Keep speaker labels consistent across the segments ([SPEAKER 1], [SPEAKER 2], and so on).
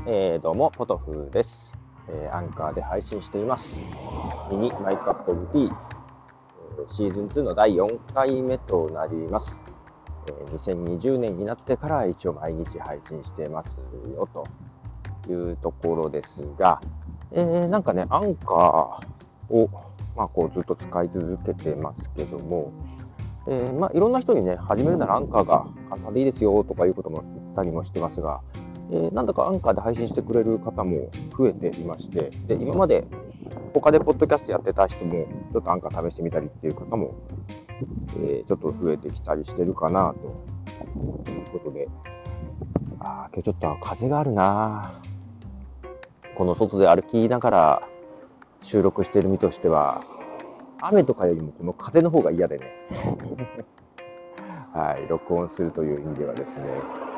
[SPEAKER 1] どうもポトフです。アンカーで配信しています。ミニマイカップオブティー、シーズン2の第4回目となります。2020年になってから一応毎日配信してますよというところですが、なんかね、アンカーを、こうずっと使い続けてますけども、いろんな人にね、始めるならアンカーが簡単でいいですよとかいうことも言ったりもしてますが、なんだかアンカーで配信してくれる方も増えていまして、で今まで他でポッドキャストやってた人もちょっとアンカー試してみたりっていう方も、ちょっと増えてきたりしてるかなということで、今日ちょっと風があるな。この外で歩きながら収録している身としては、雨とかよりもこの風の方が嫌でねはい、録音するという意味ではですね、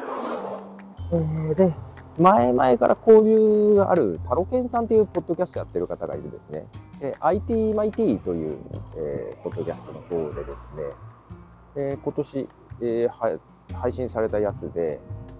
[SPEAKER 1] で前々から交流があるタロケンさんというポッドキャストやってる方がいるですね、IT マイティという、ポッドキャストの方でですね、今年、配信されたやつで、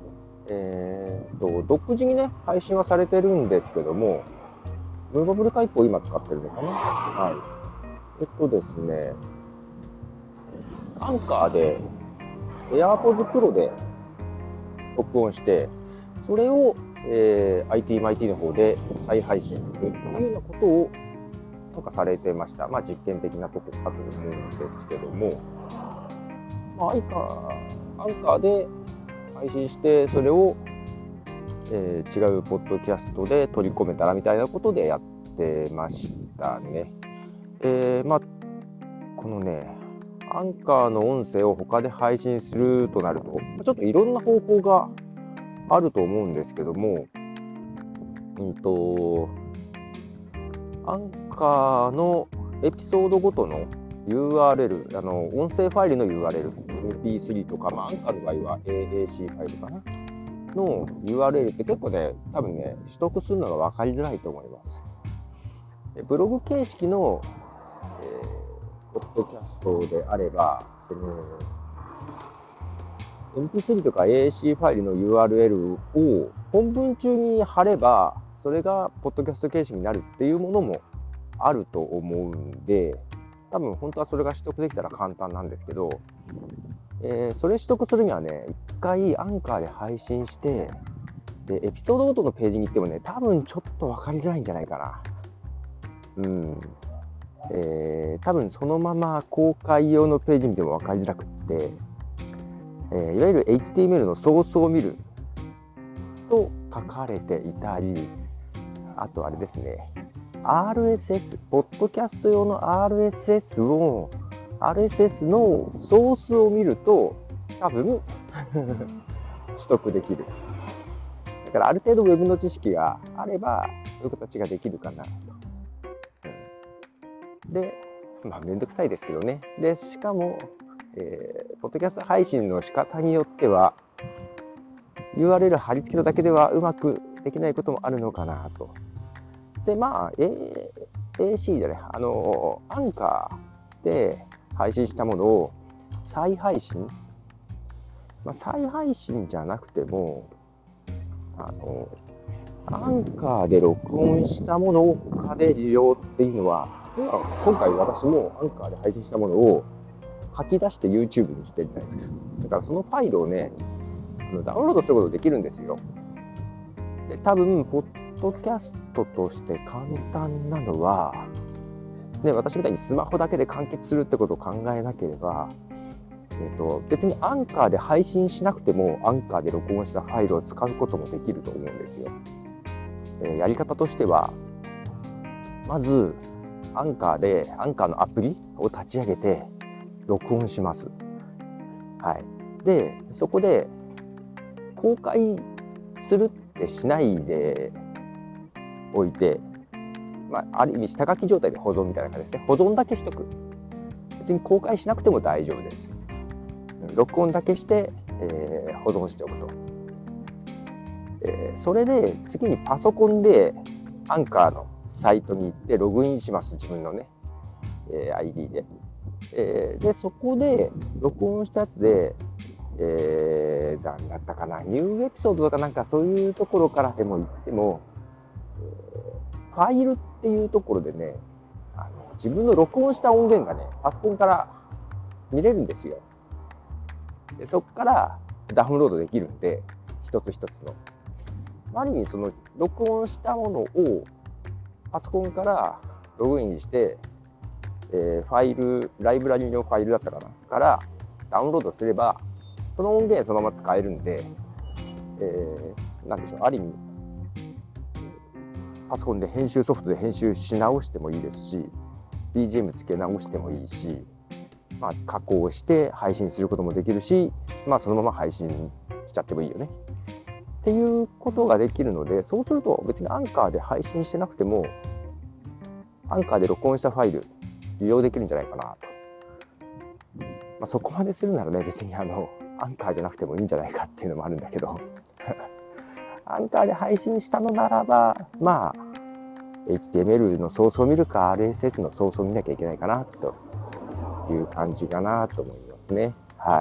[SPEAKER 1] 独自にね配信はされてるんですけども、ムーバブルタイプを今使ってるのかな。ですね、アンカーで AirPods Pro で録音して、それを、IT マイティの方で再配信するというようなことをなんかされてました。実験的なところかと思うんですけども、アンカーで配信して、それを、違うポッドキャストで取り込めたらみたいなことでやってましたね。このね、アンカーの音声を他で配信するとなると、ちょっといろんな方法があると思うんですけども、アンカーのエピソードごとの URL、音声ファイルの URL、MP3 とか、アンカーの場合は AAC ファイルかなの URL って結構ね、多分ね、取得するのが分かりづらいと思います。ブログ形式の、ポッドキャストであれば、その MP3 とか AAC ファイルの URL を本文中に貼れば、それがポッドキャスト形式になるっていうものもあると思うんで、多分本当はそれが取得できたら簡単なんですけど、それ取得するにはね、一回アンカーで配信して、でエピソードごとのページに行ってもね、多分ちょっと分かりづらいんじゃないかな。多分そのまま公開用のページ見ても分かりづらくって、いわゆる HTML のソースを見ると書かれていたり、あとあれですね、RSS、ポッドキャスト用の RSS のソースを見ると多分取得できる。だからある程度ウェブの知識があればそういう形ができるかなと。で、めんどくさいですけどね。で、しかも、ポッドキャスト配信の仕方によっては URL 貼り付けただけではうまくできないこともあるのかなと。で、AC じゃない、アンカーで配信したものを再配信、再配信じゃなくても、アンカーで録音したものを他で利用っていうのは、今回私もアンカーで配信したものを吐き出して YouTube にしてるじゃないですか。だからそのファイルをね、ダウンロードすることできるんですよ。で、多分ポッドキャストとして簡単なのは、ね、私みたいにスマホだけで完結するってことを考えなければ、別にアンカーで配信しなくてもアンカーで録音したファイルを使うこともできると思うんですよ。やり方としては、まずアンカーのアプリを立ち上げて録音します。で、そこで公開するってしないでおいて、ある意味下書き状態で保存みたいな感じですね。保存だけしとく。別に公開しなくても大丈夫です。録音だけして、保存しておくと。それで次にパソコンでアンカーのサイトに行ってログインします。自分のね、ID で。でそこで録音したやつでなんだったかな、ニューエピソードとかなんかそういうところからでも言っても、ファイルっていうところでね、自分の録音した音源がね、パソコンから見れるんですよ。でそこからダウンロードできるんで、一つ一つの。ある意味その録音したものをパソコンからログインして、ファイル、ライブラリのファイルだったかなからダウンロードすれば、その音源そのまま使えるんで、なんでしょう、ある意味パソコンで編集ソフトで編集し直してもいいですし、BGM つけ直してもいいし、加工して配信することもできるし、そのまま配信しちゃってもいいよねっていうことができるので、そうすると別にアンカーで配信してなくても、アンカーで録音したファイル利用できるんじゃないかなと。そこまでするならね、別にアンカーじゃなくてもいいんじゃないかっていうのもあるんだけどアンカーで配信したのならば、HTML のソースを見るか RSS のソースを見なきゃいけないかなという感じかなと思いますね。はい。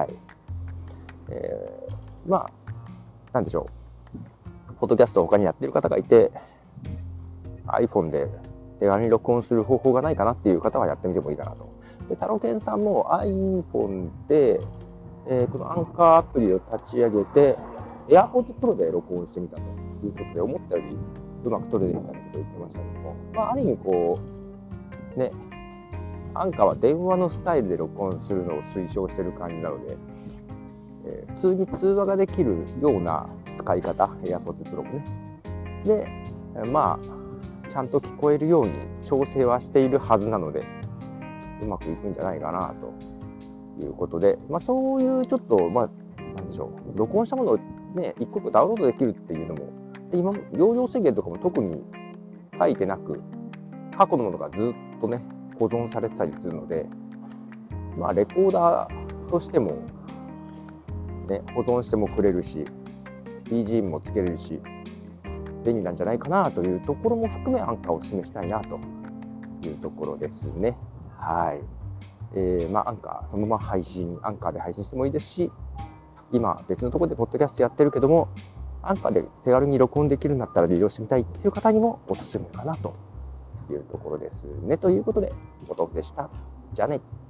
[SPEAKER 1] なんでしょう。ポッドキャストを他にやってる方がいて、iPhone で手軽に録音する方法がないかなっていう方はやってみてもいいかなと。で、タロケンさんも iPhone で、このアンカーアプリを立ち上げて、AirPods Pro で録音してみたということで、思ったよりうまく撮れるみたいなことを言ってましたけども、ある意味こう、ね、アンカーは電話のスタイルで録音するのを推奨している感じなので、普通に通話ができるような使い方、AirPods Pro もね。で、ちゃんと聞こえるように調整はしているはずなので、うまくいくんじゃないかなということで、そういうちょっと、なんでしょう、録音したものをね、一個一個ダウンロードできるっていうのも、で今、容量制限とかも特に書いてなく、過去のものがずっとね、保存されてたりするので、レコーダーとしても、ね、保存してもくれるし、BGM もつけれるし、便利なんじゃないかなというところも含め、アンカーをお勧めしたいなというところですね。はい。アンカー、そのままアンカーで配信してもいいですし、今別のところでポッドキャストやってるけども、アンカーで手軽に録音できるんだったら利用してみたいっていう方にもおすすめかなというところですね。ということで、お豆腐でした。じゃあね。